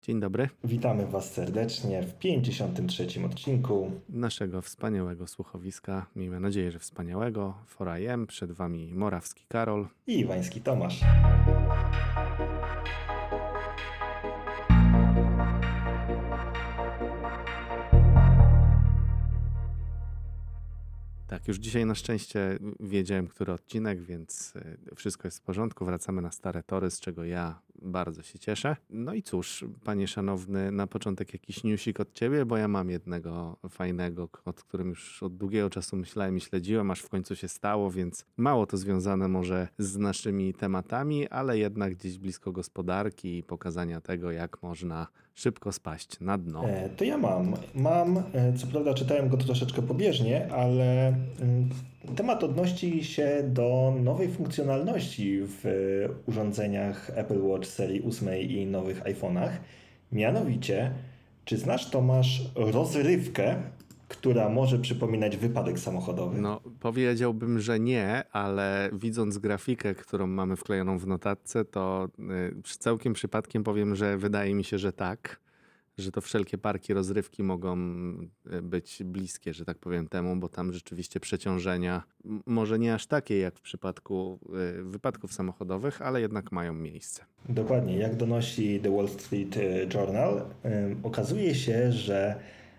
Dzień dobry. Witamy Was serdecznie w 53. odcinku. Naszego wspaniałego słuchowiska. Miejmy nadzieję, że wspaniałego. 4AM, przed Wami Morawski Karol. I Iwański Tomasz. Tak, już dzisiaj na szczęście wiedziałem, który odcinek, więc wszystko jest w porządku. Wracamy na stare tory, z czego ja bardzo się cieszę. No i cóż, panie szanowny, na początek jakiś newsik od ciebie, bo ja mam jednego fajnego, o którym już od długiego czasu myślałem i śledziłem, aż w końcu się stało, więc mało to związane może z naszymi tematami, ale jednak gdzieś blisko gospodarki i pokazania tego, jak można szybko spaść na dno. To ja mam, co prawda czytałem go troszeczkę pobieżnie, ale temat odnosi się do nowej funkcjonalności w urządzeniach Apple Watch serii 8 i nowych iPhone'ach. Mianowicie, czy znasz, Tomasz, rozrywkę, która może przypominać wypadek samochodowy? No, powiedziałbym, że nie, ale widząc grafikę, którą mamy wklejoną w notatce, to całkiem przypadkiem powiem, że wydaje mi się, że tak, że to wszelkie parki rozrywki mogą być bliskie, że tak powiem temu, bo tam rzeczywiście przeciążenia może nie aż takie jak w przypadku wypadków samochodowych, ale jednak mają miejsce. Dokładnie, jak donosi The Wall Street Journal, okazuje się, że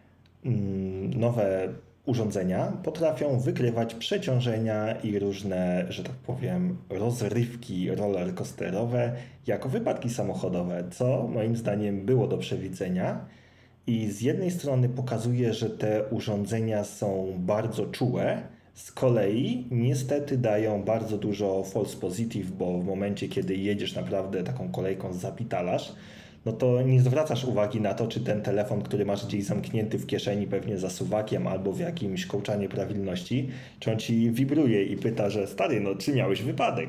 nowe urządzenia potrafią wykrywać przeciążenia i różne, że tak powiem, rozrywki rollercoasterowe jako wypadki samochodowe, co moim zdaniem było do przewidzenia. I z jednej strony pokazuje, że te urządzenia są bardzo czułe, z kolei niestety dają bardzo dużo false positive, bo w momencie, kiedy jedziesz naprawdę taką kolejką zapitalasz, no to nie zwracasz uwagi na to, czy ten telefon, który masz gdzieś zamknięty w kieszeni, pewnie za suwakiem albo w jakimś kołczanie prawilności, czy on ci wibruje i pyta, że stary, no czy miałeś wypadek?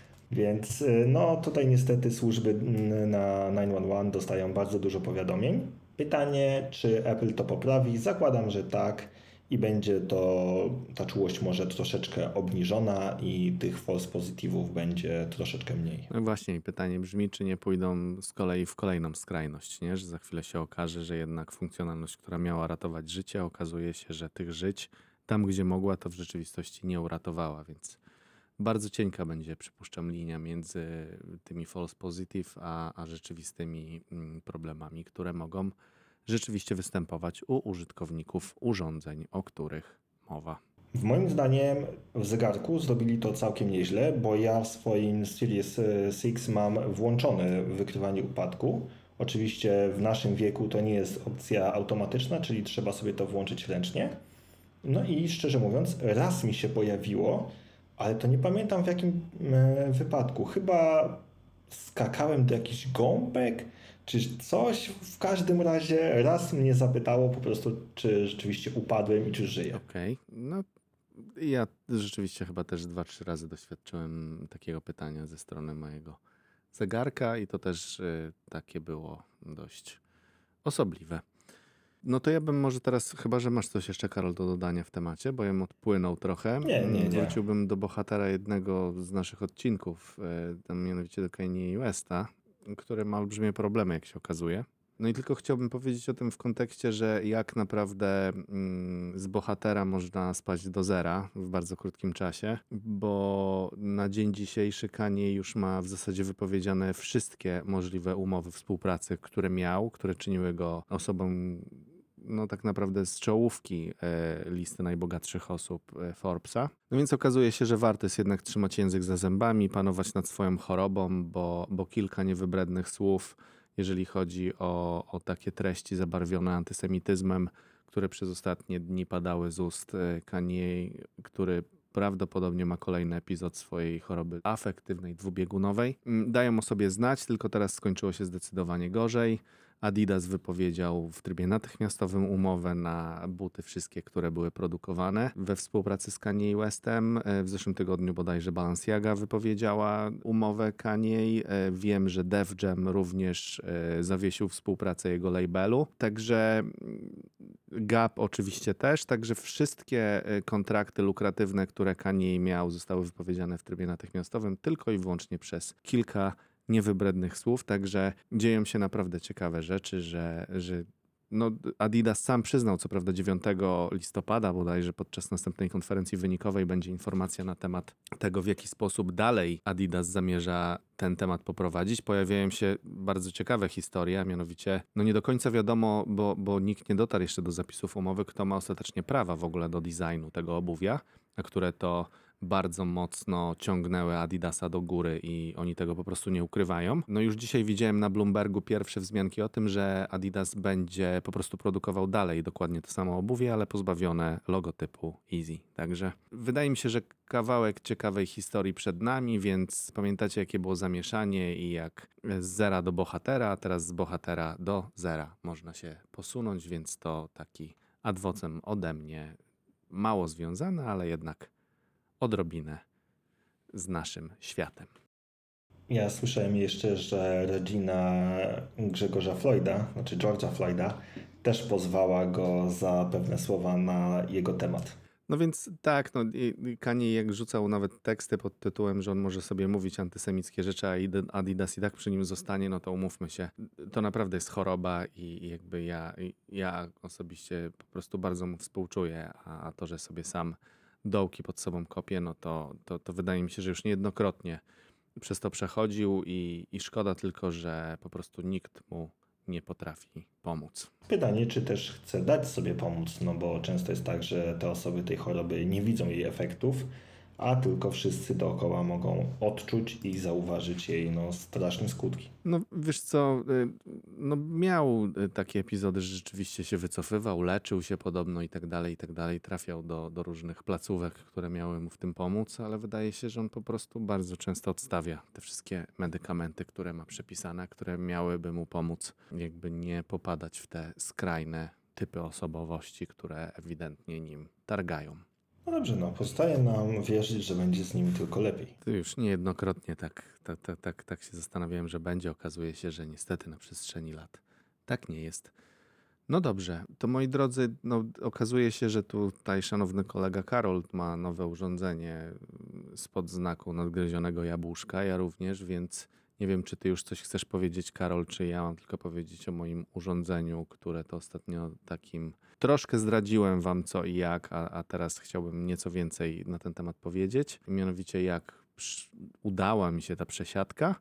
Więc no tutaj niestety służby na 911 dostają bardzo dużo powiadomień. Pytanie, czy Apple to poprawi? Zakładam, że tak i będzie ta czułość może troszeczkę obniżona i tych false pozytywów będzie troszeczkę mniej. No właśnie, i pytanie brzmi, czy nie pójdą z kolei w kolejną skrajność, nie? Że za chwilę się okaże, że jednak funkcjonalność, która miała ratować życie, okazuje się, że tych żyć tam, gdzie mogła, to w rzeczywistości nie uratowała, więc bardzo cienka będzie, przypuszczam, linia między tymi false positive a rzeczywistymi problemami, które mogą rzeczywiście występować u użytkowników urządzeń, o których mowa. W moim zdaniem w zegarku zrobili to całkiem nieźle, bo ja w swoim Series 6 mam włączone wykrywanie upadku. Oczywiście w naszym wieku to nie jest opcja automatyczna, czyli trzeba sobie to włączyć ręcznie. No i szczerze mówiąc, raz mi się pojawiło, ale to nie pamiętam w jakim wypadku. Chyba skakałem do jakichś gąbek, czy coś. W każdym razie raz mnie zapytało po prostu, czy rzeczywiście upadłem i czy żyję. Okej, no ja rzeczywiście chyba też 2-3 razy doświadczyłem takiego pytania ze strony mojego zegarka i to też takie było dość osobliwe. No to ja bym może teraz, chyba że masz coś jeszcze, Karol, do dodania w temacie, bo ja bym odpłynął trochę. Nie. Wróciłbym do bohatera jednego z naszych odcinków, tam mianowicie do Kanye Westa, który ma olbrzymie problemy, jak się okazuje. No i tylko chciałbym powiedzieć o tym w kontekście, że jak naprawdę z bohatera można spaść do zera w bardzo krótkim czasie, bo na dzień dzisiejszy Kanye już ma w zasadzie wypowiedziane wszystkie możliwe umowy współpracy, które miał, które czyniły go osobą no tak naprawdę z czołówki listy najbogatszych osób Forbesa. No więc okazuje się, że warto jest jednak trzymać język za zębami, panować nad swoją chorobą, bo kilka niewybrednych słów, jeżeli chodzi o takie treści zabarwione antysemityzmem, które przez ostatnie dni padały z ust Kanye, który prawdopodobnie ma kolejny epizod swojej choroby afektywnej, dwubiegunowej. Dają o sobie znać, tylko teraz skończyło się zdecydowanie gorzej. Adidas wypowiedział w trybie natychmiastowym umowę na buty wszystkie, które były produkowane we współpracy z Kanye Westem. W zeszłym tygodniu bodajże Balenciaga wypowiedziała umowę Kanye. Wiem, że Def Jam również zawiesił współpracę jego labelu. Także Gap oczywiście też. Także wszystkie kontrakty lukratywne, które Kanye miał, zostały wypowiedziane w trybie natychmiastowym tylko i wyłącznie przez kilka niewybrednych słów, także dzieją się naprawdę ciekawe rzeczy, że no Adidas sam przyznał, co prawda 9 listopada bodajże podczas następnej konferencji wynikowej będzie informacja na temat tego, w jaki sposób dalej Adidas zamierza ten temat poprowadzić. Pojawiają się bardzo ciekawe historie, a mianowicie no nie do końca wiadomo, bo nikt nie dotarł jeszcze do zapisów umowy, kto ma ostatecznie prawa w ogóle do designu tego obuwia, na które to bardzo mocno ciągnęły Adidasa do góry i oni tego po prostu nie ukrywają. No już dzisiaj widziałem na Bloombergu pierwsze wzmianki o tym, że Adidas będzie po prostu produkował dalej dokładnie to samo obuwie, ale pozbawione logotypu Easy. Także wydaje mi się, że kawałek ciekawej historii przed nami, więc pamiętacie, jakie było zamieszanie i jak z zera do bohatera, a teraz z bohatera do zera można się posunąć, więc to taki ad vocem ode mnie, mało związane, ale jednak odrobinę z naszym światem. Ja słyszałem jeszcze, że rodzina Grzegorza Floyda, znaczy George'a Floyda, też pozwała go za pewne słowa na jego temat. No więc tak, no Kanye jak rzucał nawet teksty pod tytułem, że on może sobie mówić antysemickie rzeczy, a Adidas i tak przy nim zostanie, no to umówmy się, to naprawdę jest choroba i jakby ja osobiście po prostu bardzo mu współczuję, a to, że sobie sam dołki pod sobą kopie, no to wydaje mi się, że już niejednokrotnie przez to przechodził i szkoda tylko, że po prostu nikt mu nie potrafi pomóc. Pytanie, czy też chce dać sobie pomóc, no bo często jest tak, że te osoby tej choroby nie widzą jej efektów, a tylko wszyscy dookoła mogą odczuć i zauważyć jej straszne skutki. No wiesz co, no miał takie epizody, że rzeczywiście się wycofywał, leczył się podobno i tak dalej, trafiał do różnych placówek, które miały mu w tym pomóc, ale wydaje się, że on po prostu bardzo często odstawia te wszystkie medykamenty, które ma przepisane, które miałyby mu pomóc jakby nie popadać w te skrajne typy osobowości, które ewidentnie nim targają. No dobrze, pozostaje nam wierzyć, że będzie z nimi tylko lepiej. To już niejednokrotnie tak się zastanawiałem, że będzie. Okazuje się, że niestety na przestrzeni lat tak nie jest. No dobrze, to moi drodzy, no okazuje się, że tutaj szanowny kolega Karol ma nowe urządzenie spod znaku nadgryzionego jabłuszka, ja również, więc nie wiem, czy ty już coś chcesz powiedzieć, Karol, czy ja mam tylko powiedzieć o moim urządzeniu, które to ostatnio takim troszkę zdradziłem wam co i jak, a teraz chciałbym nieco więcej na ten temat powiedzieć. Mianowicie jak udała mi się ta przesiadka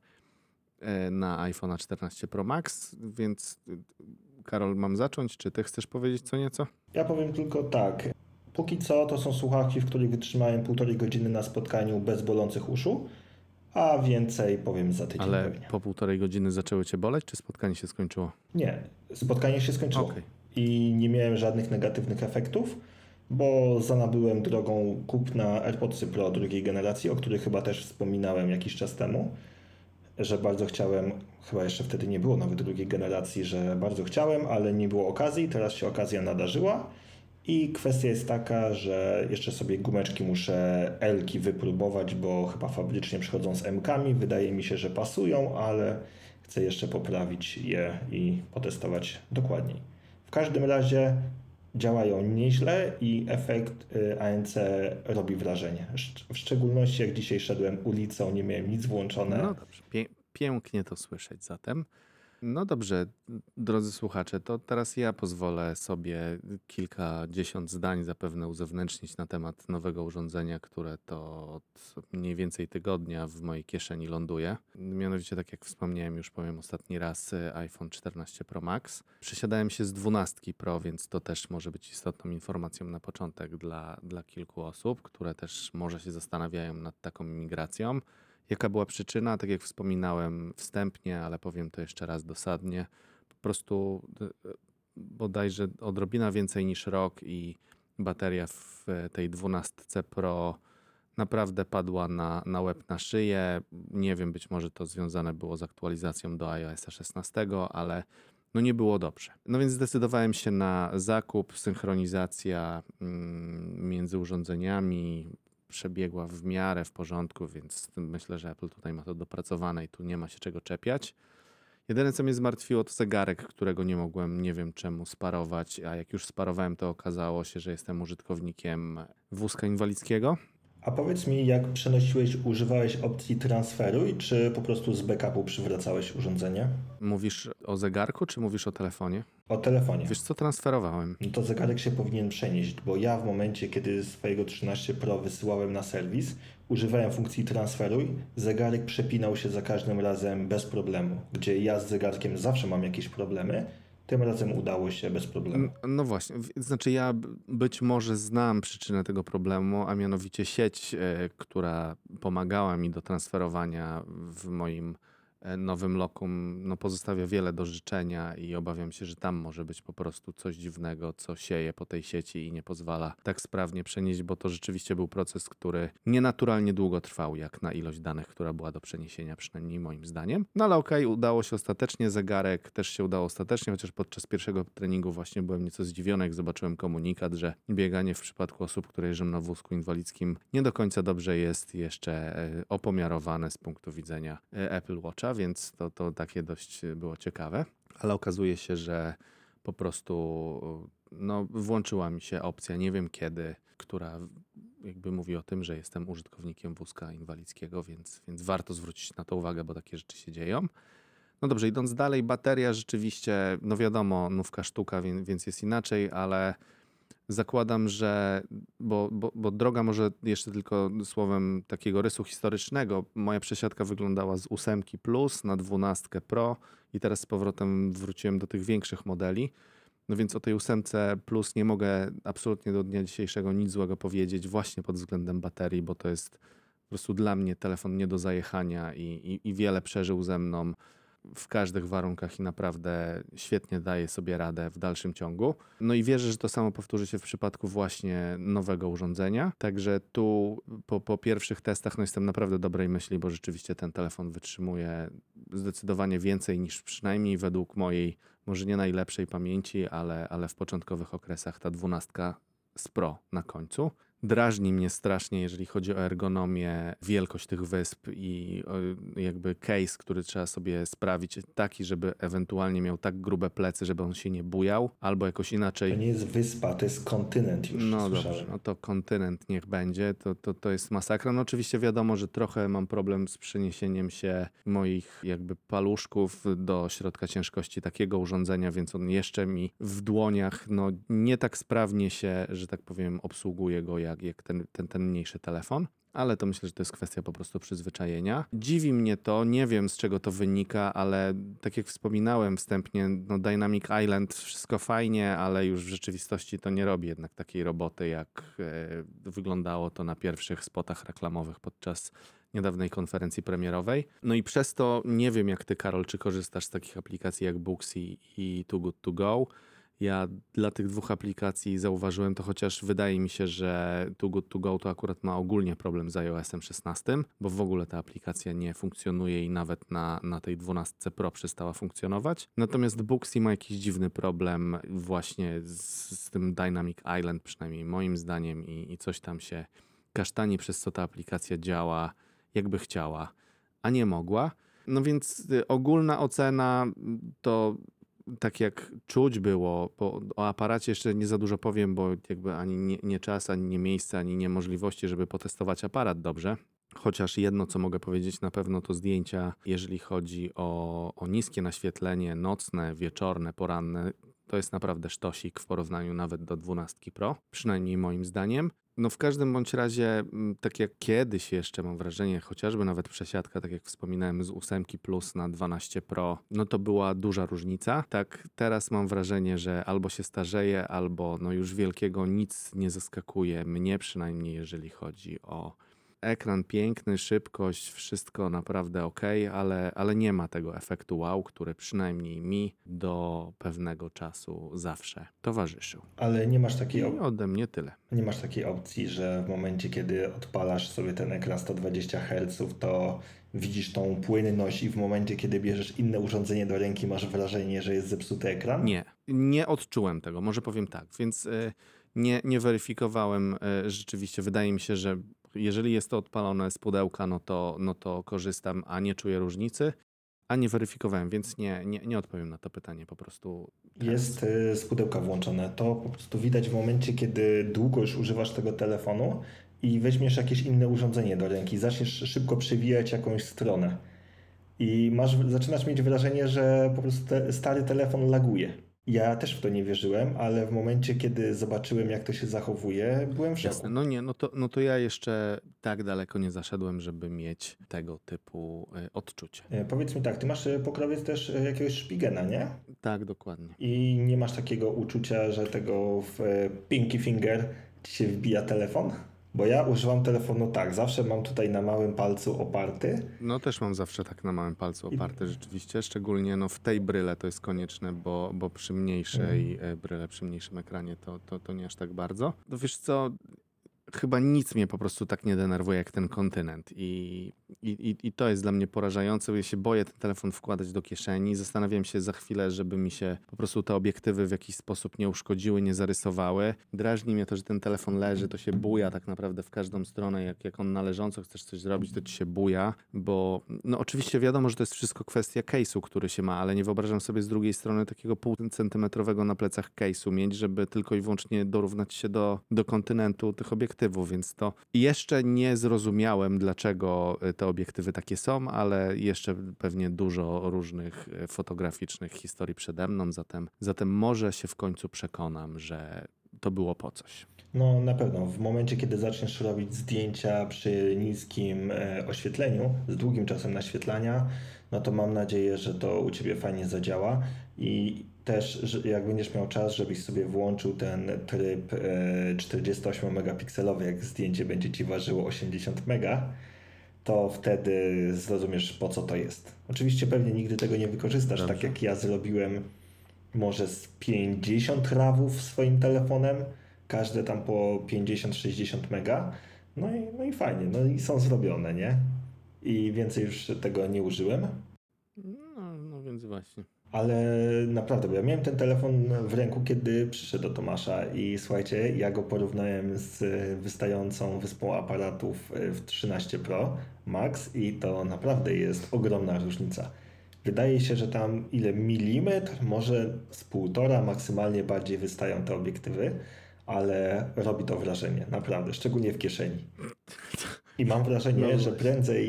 na iPhone'a 14 Pro Max, więc Karol, mam zacząć? Czy ty chcesz powiedzieć co nieco? Ja powiem tylko tak. Póki co to są słuchawki, w których wytrzymałem 1,5 godziny na spotkaniu bez bolących uszu, a więcej powiem za tydzień Ale pewnie. po 1,5 godziny zaczęły cię boleć, czy spotkanie się skończyło? Nie, spotkanie się skończyło Okej. i nie miałem żadnych negatywnych efektów, bo zanabyłem drogą kupna AirPodsy Pro drugiej generacji, o których chyba też wspominałem jakiś czas temu, że bardzo chciałem, chyba jeszcze wtedy nie było nawet drugiej generacji, że bardzo chciałem, ale nie było okazji, teraz się okazja nadarzyła i kwestia jest taka, że jeszcze sobie gumeczki muszę L-ki wypróbować, bo chyba fabrycznie przychodzą z M-kami, wydaje mi się, że pasują, ale chcę jeszcze poprawić je i potestować dokładniej. W każdym razie działają nieźle i efekt ANC robi wrażenie. W szczególności jak dzisiaj szedłem ulicą, nie miałem nic włączone. No dobrze, pięknie to słyszeć zatem. No dobrze, drodzy słuchacze, to teraz ja pozwolę sobie kilkadziesiąt zdań zapewne uzewnętrznić na temat nowego urządzenia, które to od mniej więcej tygodnia w mojej kieszeni ląduje. Mianowicie, tak jak wspomniałem, już powiem ostatni raz, iPhone 14 Pro Max. Przesiadałem się z 12 Pro, więc to też może być istotną informacją na początek dla kilku osób, które też może się zastanawiają nad taką migracją. Jaka była przyczyna? Tak jak wspominałem wstępnie, ale powiem to jeszcze raz dosadnie. Po prostu bodajże odrobina więcej niż rok i bateria w tej 12 Pro naprawdę padła na łeb, na szyję. Nie wiem, być może to związane było z aktualizacją do iOS 16, ale no nie było dobrze. No więc zdecydowałem się na zakup, synchronizacja między urządzeniami przebiegła w miarę w porządku, więc myślę, że Apple tutaj ma to dopracowane i tu nie ma się czego czepiać. Jedyne, co mnie zmartwiło, to zegarek, którego nie mogłem, nie wiem czemu, sparować, a jak już sparowałem, to okazało się, że jestem użytkownikiem wózka inwalidzkiego. A powiedz mi, jak przenosiłeś, używałeś opcji transferuj, czy po prostu z backupu przywracałeś urządzenie? Mówisz o zegarku, czy mówisz o telefonie? O telefonie. Wiesz co, transferowałem. No to zegarek się powinien przenieść, bo ja w momencie, kiedy swojego 13 Pro wysyłałem na serwis, używałem funkcji transferuj, zegarek przepinał się za każdym razem bez problemu. Gdzie ja z zegarkiem zawsze mam jakieś problemy, tym razem udało się bez problemu. No właśnie, znaczy ja być może znam przyczynę tego problemu, a mianowicie sieć, która pomagała mi do transferowania w moim nowym lokum, no pozostawia wiele do życzenia i obawiam się, że tam może być po prostu coś dziwnego, co sieje po tej sieci i nie pozwala tak sprawnie przenieść, bo to rzeczywiście był proces, który nienaturalnie długo trwał, jak na ilość danych, która była do przeniesienia, przynajmniej moim zdaniem. No ale okej, udało się ostatecznie, zegarek też się udało ostatecznie, chociaż podczas pierwszego treningu właśnie byłem nieco zdziwiony, jak zobaczyłem komunikat, że bieganie w przypadku osób, które jeżdżą na wózku inwalidzkim nie do końca dobrze jest jeszcze opomiarowane z punktu widzenia Apple Watcha, więc to takie dość było ciekawe. Ale okazuje się, że po prostu no, włączyła mi się opcja, nie wiem kiedy, która jakby mówi o tym, że jestem użytkownikiem wózka inwalidzkiego, więc warto zwrócić na to uwagę, bo takie rzeczy się dzieją. No dobrze, idąc dalej, bateria rzeczywiście, no wiadomo, nówka sztuka, więc jest inaczej, ale zakładam, że, bo droga może jeszcze tylko słowem takiego rysu historycznego. Moja przesiadka wyglądała z 8 Plus na 12 Pro i teraz z powrotem wróciłem do tych większych modeli. No więc o tej 8 Plus nie mogę absolutnie do dnia dzisiejszego nic złego powiedzieć właśnie pod względem baterii, bo to jest po prostu dla mnie telefon nie do zajechania i wiele przeżył ze mną w każdych warunkach i naprawdę świetnie daje sobie radę w dalszym ciągu. No i wierzę, że to samo powtórzy się w przypadku właśnie nowego urządzenia. Także tu po pierwszych testach no jestem naprawdę dobrej myśli, bo rzeczywiście ten telefon wytrzymuje zdecydowanie więcej niż przynajmniej według mojej, może nie najlepszej pamięci, ale w początkowych okresach ta 12 z Pro na końcu. Drażni mnie strasznie, jeżeli chodzi o ergonomię, wielkość tych wysp i jakby case, który trzeba sobie sprawić taki, żeby ewentualnie miał tak grube plecy, żeby on się nie bujał, albo jakoś To inaczej. nie jest wyspa, to jest kontynent już, No słyszałem. dobrze, no to kontynent niech będzie, to jest masakra. No oczywiście wiadomo, że trochę mam problem z przeniesieniem się moich jakby paluszków do środka ciężkości takiego urządzenia, więc on jeszcze mi w dłoniach no nie tak sprawnie się, że tak powiem, obsługuje go jak ten mniejszy telefon. Ale to myślę, że to jest kwestia po prostu przyzwyczajenia. Dziwi mnie to, nie wiem z czego to wynika, ale tak jak wspominałem wstępnie, no Dynamic Island wszystko fajnie, ale już w rzeczywistości to nie robi jednak takiej roboty, jak wyglądało to na pierwszych spotach reklamowych podczas niedawnej konferencji premierowej. No i przez to nie wiem jak ty, Karol, czy korzystasz z takich aplikacji jak Booksy i Too Good To Go. Ja dla tych dwóch aplikacji zauważyłem to, chociaż wydaje mi się, że Too Good To Go to akurat ma ogólnie problem z iOS-em 16, bo w ogóle ta aplikacja nie funkcjonuje i nawet na tej 12 Pro przestała funkcjonować. Natomiast Booksy ma jakiś dziwny problem właśnie z tym Dynamic Island, przynajmniej moim zdaniem, i coś tam się kasztani, przez co ta aplikacja działa jakby chciała, a nie mogła. No więc ogólna ocena to tak jak czuć było, bo o aparacie jeszcze nie za dużo powiem, bo jakby ani nie czas, ani nie miejsce, ani nie możliwości, żeby potestować aparat dobrze. Chociaż jedno, co mogę powiedzieć na pewno, to zdjęcia, jeżeli chodzi o niskie naświetlenie nocne, wieczorne, poranne, to jest naprawdę sztosik w porównaniu nawet do 12 Pro, przynajmniej moim zdaniem. No w każdym bądź razie, tak jak kiedyś jeszcze mam wrażenie, chociażby nawet przesiadka, tak jak wspominałem, z 8 Plus na 12 Pro, no to była duża różnica. Tak teraz mam wrażenie, że albo się starzeje, albo no już wielkiego nic nie zaskakuje mnie, przynajmniej jeżeli chodzi o ekran piękny, szybkość, wszystko naprawdę ok, ale nie ma tego efektu wow, który przynajmniej mi do pewnego czasu zawsze towarzyszył. Ale nie masz I takiej ode mnie tyle. Nie masz takiej opcji, że w momencie, kiedy odpalasz sobie ten ekran 120 Hz, to widzisz tą płynność i w momencie, kiedy bierzesz inne urządzenie do ręki, masz wrażenie, że jest zepsuty ekran? Nie odczułem tego, może powiem tak, więc nie weryfikowałem rzeczywiście. Wydaje mi się, że jeżeli jest to odpalone z pudełka, no to korzystam, a nie czuję różnicy, a nie weryfikowałem, więc nie odpowiem na to pytanie po prostu teraz. Jest z pudełka włączone. To po prostu widać w momencie, kiedy długo już używasz tego telefonu i weźmiesz jakieś inne urządzenie do ręki, zaczniesz szybko przewijać jakąś stronę i zaczynasz mieć wrażenie, że po prostu stary telefon laguje. Ja też w to nie wierzyłem, ale w momencie, kiedy zobaczyłem, jak to się zachowuje, byłem w Jasne, szoku. no nie, no to ja jeszcze tak daleko nie zaszedłem, żeby mieć tego typu odczucie. Powiedz mi tak, ty masz pokrowiec też jakiegoś szpigena, nie? Tak, dokładnie. I nie masz takiego uczucia, że tego w pinky finger ci się wbija telefon? Bo ja używam telefonu tak, zawsze mam tutaj na małym palcu oparty. No też mam zawsze tak na małym palcu I, oparte rzeczywiście, szczególnie no w tej bryle to jest konieczne, bo przy mniejszej bryle, przy mniejszym ekranie to nie aż tak bardzo. No wiesz co, chyba nic mnie po prostu tak nie denerwuje jak ten kontynent i to jest dla mnie porażające. Ja się boję ten telefon wkładać do kieszeni. Zastanawiam się za chwilę, żeby mi się po prostu te obiektywy w jakiś sposób nie uszkodziły, nie zarysowały. Drażni mnie to, że ten telefon leży, to się buja tak naprawdę w każdą stronę. Jak on należąco chcesz coś zrobić, to ci się buja, bo no oczywiście wiadomo, że to jest wszystko kwestia case'u, który się ma, ale nie wyobrażam sobie z drugiej strony takiego półcentymetrowego na plecach case'u mieć, żeby tylko i wyłącznie dorównać się do kontynentu tych obiektywów, więc to jeszcze nie zrozumiałem, dlaczego te obiektywy takie są, ale jeszcze pewnie dużo różnych fotograficznych historii przede mną, zatem może się w końcu przekonam, że to było po coś. no na pewno, w momencie, kiedy zaczniesz robić zdjęcia przy niskim oświetleniu, z długim czasem naświetlania, no to mam nadzieję, że to u Ciebie fajnie zadziała i też, że jak będziesz miał czas, żebyś sobie włączył ten tryb 48-megapikselowy, jak zdjęcie będzie Ci ważyło 80 mega, to wtedy zrozumiesz, po co to jest. Oczywiście pewnie nigdy tego nie wykorzystasz, tak Dobrze. jak ja zrobiłem może z 50 rawów swoim telefonem, każde tam po 50-60 mega. No i fajnie, no i są zrobione, nie? I więcej już tego nie użyłem. No więc właśnie. Ale naprawdę, bo ja miałem ten telefon w ręku, kiedy przyszedł do Tomasza i słuchajcie, ja go porównałem z wystającą wyspą aparatów w 13 Pro Max i to naprawdę jest ogromna różnica. Wydaje się, że tam ile milimetr, może z półtora maksymalnie bardziej wystają te obiektywy, ale robi to wrażenie, naprawdę, szczególnie w kieszeni. I mam wrażenie, No że właśnie.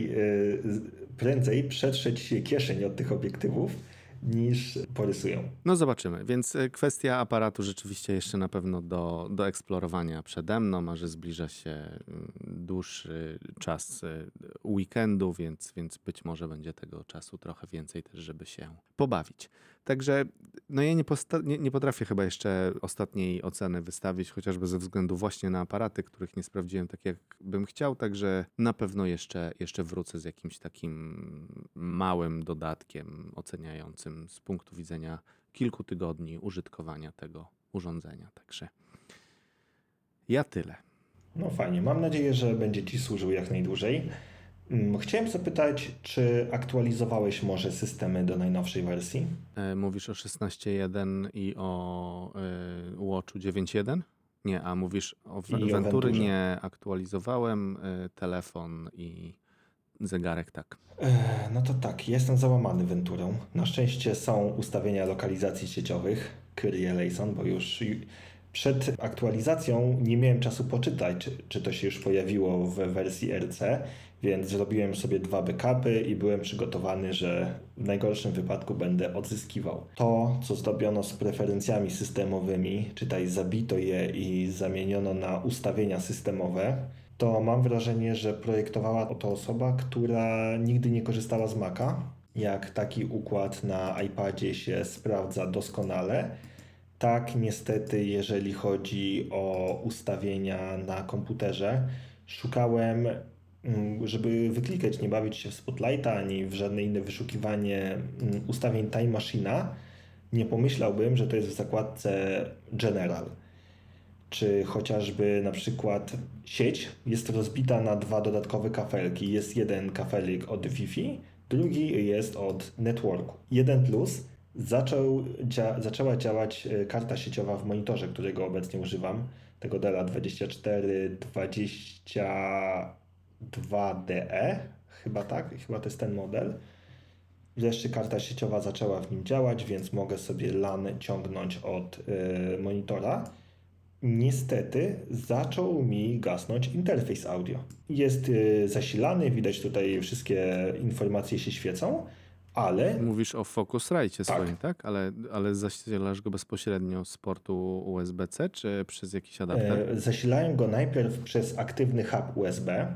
prędzej przetrzeć się kieszeń od tych obiektywów niż porysują. No zobaczymy, więc kwestia aparatu rzeczywiście jeszcze na pewno do eksplorowania przede mną, a że zbliża się dłuższy czas weekendu, więc być może będzie tego czasu trochę więcej też, żeby się pobawić. Także no ja nie potrafię chyba jeszcze ostatniej oceny wystawić, chociażby ze względu właśnie na aparaty, których nie sprawdziłem tak jak bym chciał, także na pewno jeszcze wrócę z jakimś takim małym dodatkiem oceniającym z punktu widzenia kilku tygodni użytkowania tego urządzenia. Także ja tyle. No fajnie, mam nadzieję, że będzie Ci służył jak najdłużej. Chciałem zapytać, czy aktualizowałeś może systemy do najnowszej wersji? Mówisz o 16.1 i o Watchu 9.1? Nie, a mówisz o I o Ventury? Venturze. Nie, aktualizowałem telefon i zegarek, tak. No to tak, jestem załamany Venturą. Na szczęście są ustawienia lokalizacji sieciowych, Kyrie eleison, bo już przed aktualizacją nie miałem czasu poczytać, czy to się już pojawiło w wersji RC, więc zrobiłem sobie 2 backupy i byłem przygotowany, że w najgorszym wypadku będę odzyskiwał. To, co zrobiono z preferencjami systemowymi, czytaj zabito je i zamieniono na ustawienia systemowe, to mam wrażenie, że projektowała to osoba, która nigdy nie korzystała z Maca. Jak taki układ na iPadzie się sprawdza doskonale, tak niestety, jeżeli chodzi o ustawienia na komputerze, szukałem, żeby wyklikać, nie bawić się w Spotlighta ani w żadne inne wyszukiwanie ustawień Time Machine'a, nie pomyślałbym, że to jest w zakładce General. Czy chociażby na przykład sieć jest rozbita na 2 dodatkowe kafelki. Jest jeden kafelik od Wi-Fi, drugi jest od networku. 1 plus zaczęła działać karta sieciowa w monitorze, którego obecnie używam, tego Della 2422DE, chyba tak, chyba to jest ten model. Wreszcie karta sieciowa zaczęła w nim działać, więc mogę sobie LAN ciągnąć od monitora. niestety zaczął mi gasnąć interfejs audio. Jest zasilany, widać tutaj wszystkie informacje się świecą, ale Mówisz o Focusrite tak, swoim, tak? Ale zasilasz go bezpośrednio z portu USB-C, czy przez jakiś adapter? zasilałem go najpierw przez aktywny hub USB,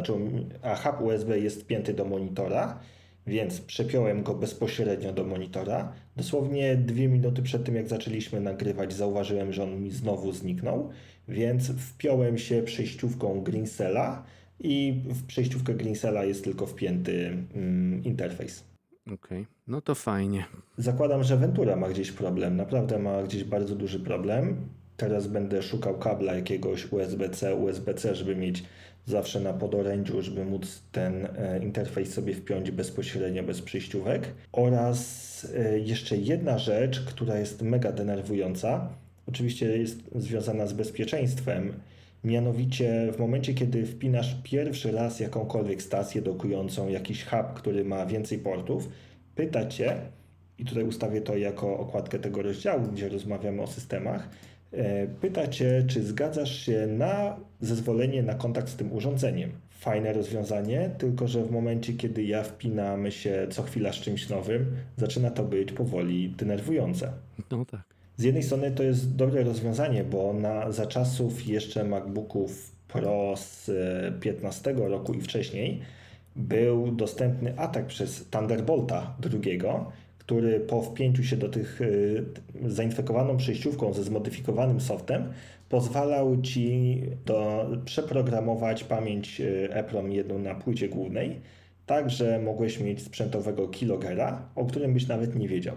a hub USB jest wpięty do monitora, więc przepiąłem go bezpośrednio do monitora. Dosłownie 2 minuty przed tym, jak zaczęliśmy nagrywać, zauważyłem, że on mi znowu zniknął, więc wpiąłem się przejściówką Greensela i w przejściówkę Greensela jest tylko wpięty interfejs. Okej, no to fajnie. Zakładam, że Ventura ma gdzieś problem. Naprawdę ma gdzieś bardzo duży problem. Teraz będę szukał kabla jakiegoś USB-C, żeby mieć zawsze na podorędziu, żeby móc ten interfejs sobie wpiąć bezpośrednio, bez przejściówek. Oraz jeszcze jedna rzecz, która jest mega denerwująca. Oczywiście jest związana z bezpieczeństwem. Mianowicie w momencie, kiedy wpinasz pierwszy raz jakąkolwiek stację dokującą, jakiś hub, który ma więcej portów, pyta cię, i tutaj ustawię to jako okładkę tego rozdziału, gdzie rozmawiamy o systemach, pyta cię, czy zgadzasz się na zezwolenie na kontakt z tym urządzeniem. Fajne rozwiązanie, tylko że w momencie, kiedy ja wpinam się co chwila z czymś nowym, zaczyna to być powoli denerwujące. No tak. Z jednej strony to jest dobre rozwiązanie, bo za czasów jeszcze MacBooków Pro z 15 roku i wcześniej był dostępny atak przez Thunderbolta drugiego, który po wpięciu się do tych zainfekowaną przejściówką ze zmodyfikowanym softem pozwalał ci przeprogramować pamięć EEPROM jedną na płycie głównej, tak, że mogłeś mieć sprzętowego kilogera, o którym byś nawet nie wiedział.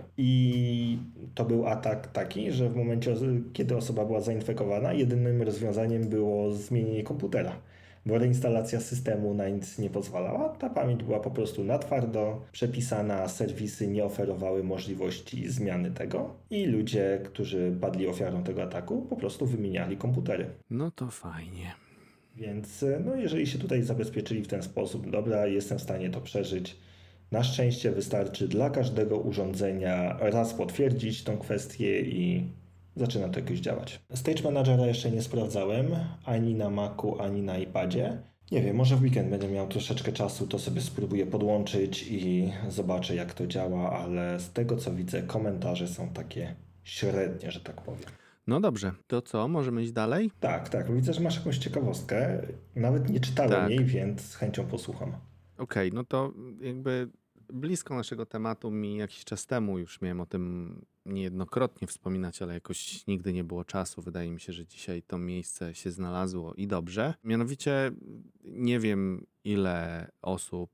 I to był atak taki, że w momencie, kiedy osoba była zainfekowana, jedynym rozwiązaniem było zmienienie komputera, bo reinstalacja systemu na nic nie pozwalała. Ta pamięć była po prostu na twardo przepisana, serwisy nie oferowały możliwości zmiany tego i ludzie, którzy padli ofiarą tego ataku, po prostu wymieniali komputery. No to fajnie. Więc no, jeżeli się tutaj zabezpieczyli w ten sposób, dobra, jestem w stanie to przeżyć. Na szczęście wystarczy dla każdego urządzenia raz potwierdzić tą kwestię i zaczyna to jakoś działać. Stage Managera jeszcze nie sprawdzałem, ani na Macu, ani na iPadzie. Nie wiem, może w weekend będę miał troszeczkę czasu, to sobie spróbuję podłączyć i zobaczę, jak to działa, ale z tego co widzę, komentarze są takie średnie, że tak powiem. No dobrze, to co? Możemy iść dalej? Tak, widzę, że masz jakąś ciekawostkę. Nawet nie czytałem Tak. jej, więc z chęcią posłucham. Okej, no to jakby blisko naszego tematu mi jakiś czas temu już miałem o tym niejednokrotnie wspominać, ale jakoś nigdy nie było czasu. Wydaje mi się, że dzisiaj to miejsce się znalazło i dobrze. Mianowicie nie wiem, ile osób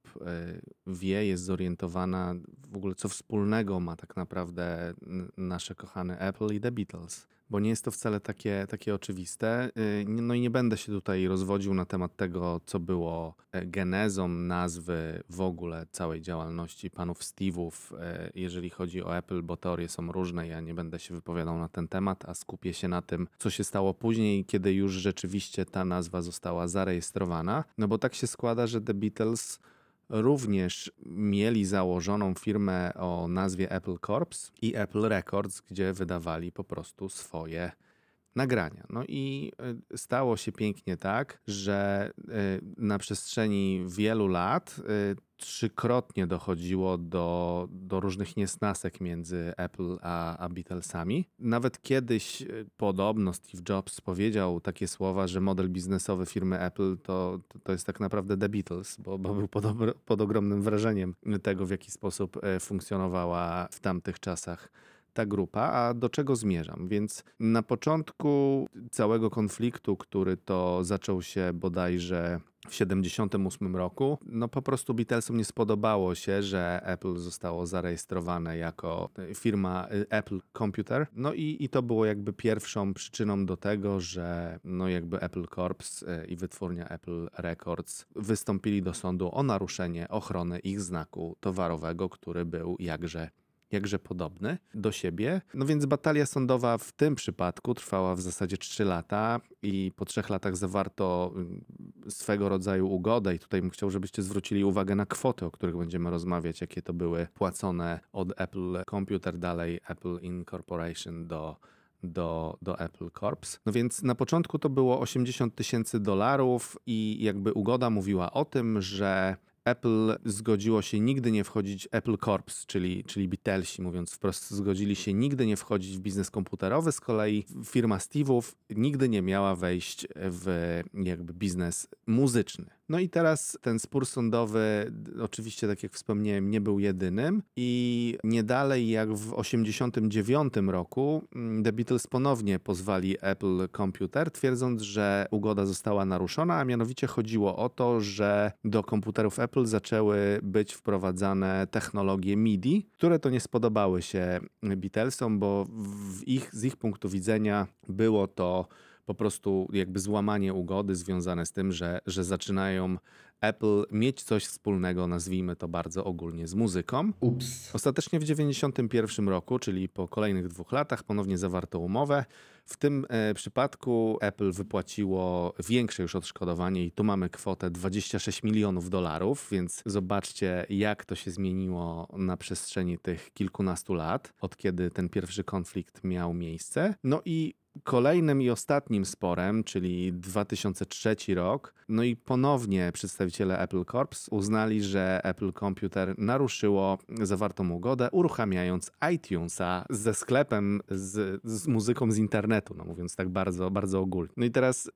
wie, jest zorientowana w ogóle, co wspólnego ma tak naprawdę nasze kochane Apple i The Beatles. Bo nie jest to wcale takie oczywiste. No i nie będę się tutaj rozwodził na temat tego, co było genezą nazwy w ogóle całej działalności panów Steve'ów, jeżeli chodzi o Apple, bo teorie są różne. Ja nie będę się wypowiadał na ten temat, a skupię się na tym, co się stało później, kiedy już rzeczywiście ta nazwa została zarejestrowana. No bo tak się składa, że The Beatles również mieli założoną firmę o nazwie Apple Corps i Apple Records, gdzie wydawali po prostu swoje nagrania. No i stało się pięknie tak, że na przestrzeni wielu lat trzykrotnie dochodziło do różnych niesnasek między Apple a Beatlesami. Nawet kiedyś podobno Steve Jobs powiedział takie słowa, że model biznesowy firmy Apple to jest tak naprawdę The Beatles, bo był pod ogromnym wrażeniem tego, w jaki sposób funkcjonowała w tamtych czasach ta grupa. A do czego zmierzam? Więc na początku całego konfliktu, który to zaczął się bodajże w 1978 roku, no po prostu Beatlesom nie spodobało się, że Apple zostało zarejestrowane jako firma Apple Computer. No i to było jakby pierwszą przyczyną do tego, że no jakby Apple Corps i wytwórnia Apple Records wystąpili do sądu o naruszenie ochrony ich znaku towarowego, który był jakże podobny do siebie. No więc batalia sądowa w tym przypadku trwała w zasadzie 3 lata i po 3 latach zawarto swego rodzaju ugodę i tutaj bym chciał, żebyście zwrócili uwagę na kwoty, o których będziemy rozmawiać, jakie to były płacone od Apple Computer, dalej Apple Incorporation do do Apple Corps. No więc na początku to było $80,000 i jakby ugoda mówiła o tym, że Apple zgodziło się nigdy nie wchodzić, Apple Corps, czyli Beatlesi, mówiąc wprost, zgodzili się nigdy nie wchodzić w biznes komputerowy. Z kolei firma Steve'ów nigdy nie miała wejść w jakby biznes muzyczny. No i teraz ten spór sądowy, oczywiście tak jak wspomniałem, nie był jedynym i nie dalej jak w 1989 roku The Beatles ponownie pozwali Apple Computer, twierdząc, że ugoda została naruszona, a mianowicie chodziło o to, że do komputerów Apple zaczęły być wprowadzane technologie MIDI, które to nie spodobały się Beatlesom, bo z ich punktu widzenia było to po prostu jakby złamanie ugody związane z tym, że zaczynają Apple mieć coś wspólnego, nazwijmy to bardzo ogólnie, z muzyką. Ups. Ostatecznie w 1991 roku, czyli po kolejnych 2 latach, ponownie zawarto umowę. W tym przypadku Apple wypłaciło większe już odszkodowanie i tu mamy kwotę $26 milionów, więc zobaczcie, jak to się zmieniło na przestrzeni tych kilkunastu lat, od kiedy ten pierwszy konflikt miał miejsce. No i kolejnym i ostatnim sporem, czyli 2003 rok, no i ponownie przedstawiciele Apple Corps uznali, że Apple Computer naruszyło zawartą ugodę, uruchamiając iTunesa ze sklepem z muzyką z internetu, no mówiąc tak bardzo, bardzo ogólnie. No i teraz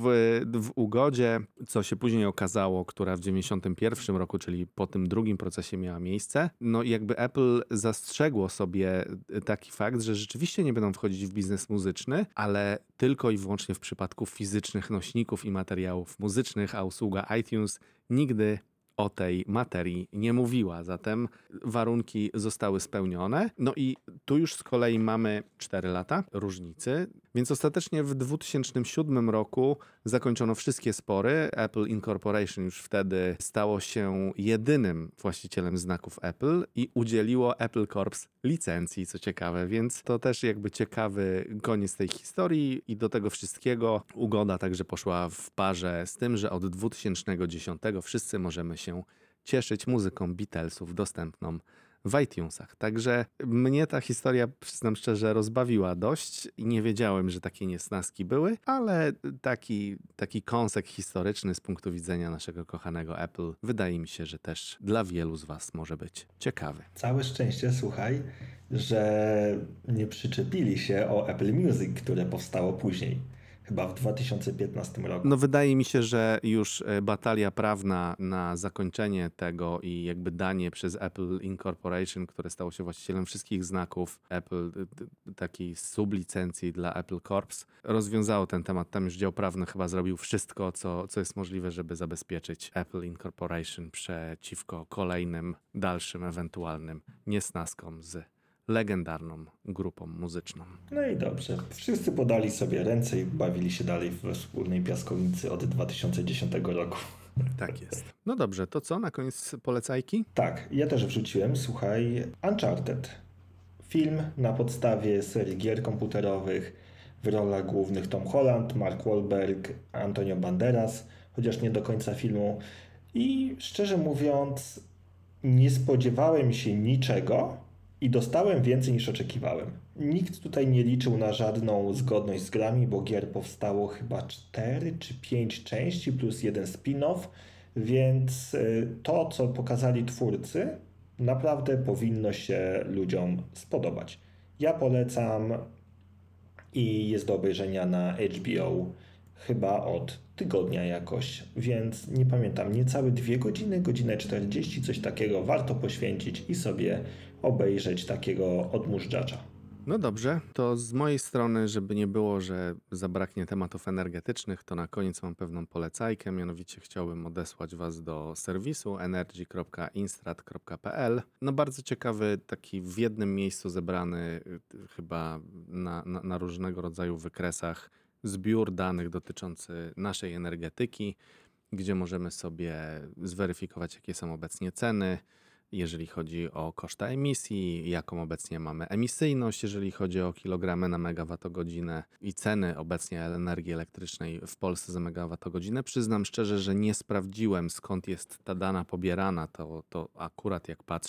w ugodzie, co się później okazało, która w 91 roku, czyli po tym drugim procesie miała miejsce, no i jakby Apple zastrzegło sobie taki fakt, że rzeczywiście nie będą wchodzić w biznes muzyczny, ale tylko i wyłącznie w przypadku fizycznych nośników i materiałów muzycznych, a usługa iTunes nigdy o tej materii nie mówiła. Zatem warunki zostały spełnione. No i tu już z kolei mamy 4 lata różnicy, więc ostatecznie w 2007 roku zakończono wszystkie spory. Apple Incorporation już wtedy stało się jedynym właścicielem znaków Apple i udzieliło Apple Corps licencji, co ciekawe, więc to też jakby ciekawy koniec tej historii i do tego wszystkiego ugoda także poszła w parze z tym, że od 2010 wszyscy możemy się cieszyć muzyką Beatlesów dostępną w iTunesach. Także mnie ta historia, przyznam szczerze, rozbawiła dość i nie wiedziałem, że takie niesnaski były, ale taki kąsek historyczny z punktu widzenia naszego kochanego Apple wydaje mi się, że też dla wielu z was może być ciekawy. Całe szczęście, słuchaj, że nie przyczepili się o Apple Music, które powstało później. Chyba w 2015 roku. No wydaje mi się, że już batalia prawna na zakończenie tego i jakby danie przez Apple Incorporation, które stało się właścicielem wszystkich znaków Apple, takiej sublicencji dla Apple Corps, rozwiązało ten temat. Tam już dział prawny chyba zrobił wszystko, co jest możliwe, żeby zabezpieczyć Apple Incorporation przeciwko kolejnym, dalszym, ewentualnym niesnaskom z legendarną grupą muzyczną. No i dobrze. Wszyscy podali sobie ręce i bawili się dalej we wspólnej piaskownicy od 2010 roku. Tak jest. No dobrze, to co? Na koniec polecajki? Tak, ja też wrzuciłem, słuchaj, Uncharted. Film na podstawie serii gier komputerowych w rolach głównych Tom Holland, Mark Wahlberg, Antonio Banderas, chociaż nie do końca filmu. I szczerze mówiąc, nie spodziewałem się niczego i dostałem więcej niż oczekiwałem. Nikt tutaj nie liczył na żadną zgodność z grami, bo gier powstało chyba 4 czy 5 części plus jeden spin-off, więc to, co pokazali twórcy, naprawdę powinno się ludziom spodobać. Ja polecam i jest do obejrzenia na HBO chyba od tygodnia jakoś, więc nie pamiętam, niecałe 2 godziny, godzinę 40, coś takiego warto poświęcić i sobie obejrzeć takiego odmóżdżacza. No dobrze, to z mojej strony, żeby nie było, że zabraknie tematów energetycznych, to na koniec mam pewną polecajkę, mianowicie chciałbym odesłać was do serwisu energy.instrat.pl. No bardzo ciekawy, taki w jednym miejscu zebrany chyba na różnego rodzaju wykresach zbiór danych dotyczący naszej energetyki, gdzie możemy sobie zweryfikować, jakie są obecnie ceny, jeżeli chodzi o koszta emisji, jaką obecnie mamy emisyjność, jeżeli chodzi o kilogramy na megawattogodzinę i ceny obecnie energii elektrycznej w Polsce za megawattogodzinę. Przyznam szczerze, że nie sprawdziłem, skąd jest ta dana pobierana. To akurat jak patrzę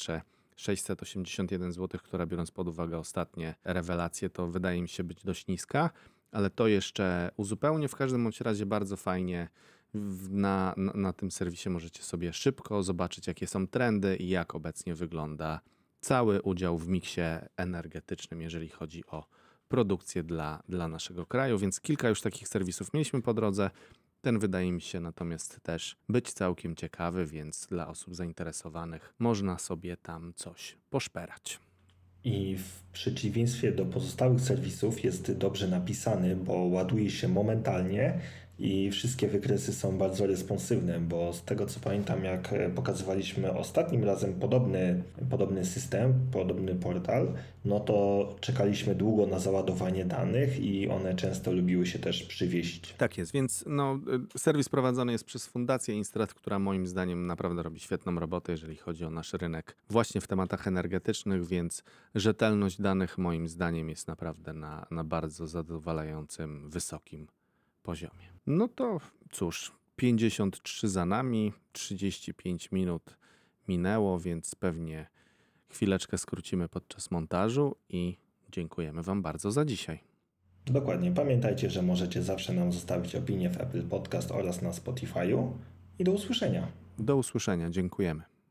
681 zł, która biorąc pod uwagę ostatnie rewelacje, to wydaje mi się być dość niska, ale to jeszcze uzupełnię. W każdym bądź razie bardzo fajnie na tym serwisie możecie sobie szybko zobaczyć, jakie są trendy i jak obecnie wygląda cały udział w miksie energetycznym, jeżeli chodzi o produkcję dla naszego kraju, więc kilka już takich serwisów mieliśmy po drodze. Ten wydaje mi się natomiast też być całkiem ciekawy, więc dla osób zainteresowanych można sobie tam coś poszperać. I w przeciwieństwie do pozostałych serwisów jest dobrze napisany, bo ładuje się momentalnie i wszystkie wykresy są bardzo responsywne, bo z tego co pamiętam, jak pokazywaliśmy ostatnim razem podobny system, podobny portal, no to czekaliśmy długo na załadowanie danych i one często lubiły się też przywiesić. Tak jest, więc serwis prowadzony jest przez Fundację Instrat, która moim zdaniem naprawdę robi świetną robotę, jeżeli chodzi o nasz rynek właśnie w tematach energetycznych, więc rzetelność danych moim zdaniem jest naprawdę na bardzo zadowalającym, wysokim poziomie. No to cóż, 53 za nami, 35 minut minęło, więc pewnie chwileczkę skrócimy podczas montażu i dziękujemy Wam bardzo za dzisiaj. Dokładnie, pamiętajcie, że możecie zawsze nam zostawić opinię w Apple Podcast oraz na Spotify'u i do usłyszenia. Do usłyszenia, dziękujemy.